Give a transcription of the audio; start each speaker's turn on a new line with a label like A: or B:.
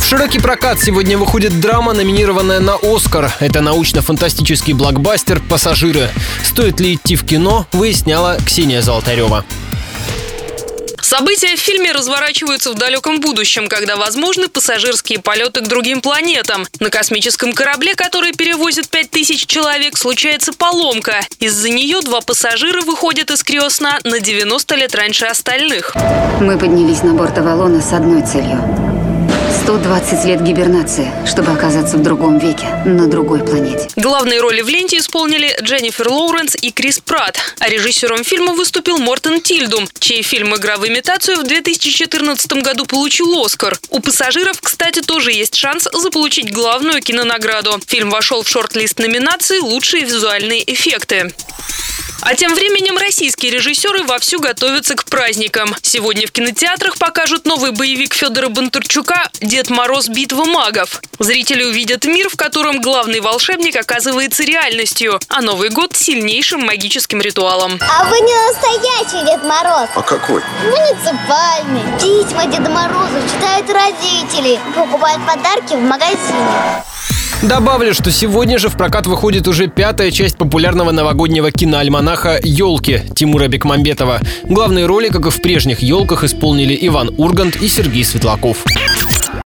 A: широкий прокат сегодня выходит драма, номинированная на «Оскар». Это научно-фантастический блокбастер «Пассажиры». Стоит ли идти в кино, выясняла Ксения Золотарева.
B: События в фильме разворачиваются в далеком будущем, когда возможны пассажирские полеты к другим планетам. На космическом корабле, который перевозит 5000 человек, случается поломка. Из-за нее 2 пассажира выходят из криосна на 90 лет раньше остальных.
C: Мы поднялись на борт Авалона с одной целью. 120 лет гибернации, чтобы оказаться в другом веке, на другой планете.
B: Главные роли в ленте исполнили Дженнифер Лоуренс и Крис Пратт, а режиссером фильма выступил Мортен Тильдум, чей фильм «Игра в имитацию» в 2014 году получил «Оскар». У «Пассажиров», кстати, тоже есть шанс заполучить главную кинонаграду. Фильм вошел в шорт-лист номинаций «Лучшие визуальные эффекты». А тем временем российские режиссеры вовсю готовятся к праздникам. Сегодня в кинотеатрах покажут новый боевик Федора Бондарчука «Дед Мороз. Битва магов». Зрители увидят мир, в котором главный волшебник оказывается реальностью, а Новый год – сильнейшим магическим ритуалом.
D: А вы не настоящий Дед Мороз.
E: А какой?
D: Муниципальный. Письма Деду Морозу читают родители, покупают подарки в магазине.
A: Добавлю, что сегодня же в прокат выходит уже 5-я часть популярного новогоднего киноальманаха «Елки» Тимура Бекмамбетова. Главные роли, как и в прежних «Елках», исполнили Иван Ургант и Сергей Светлаков.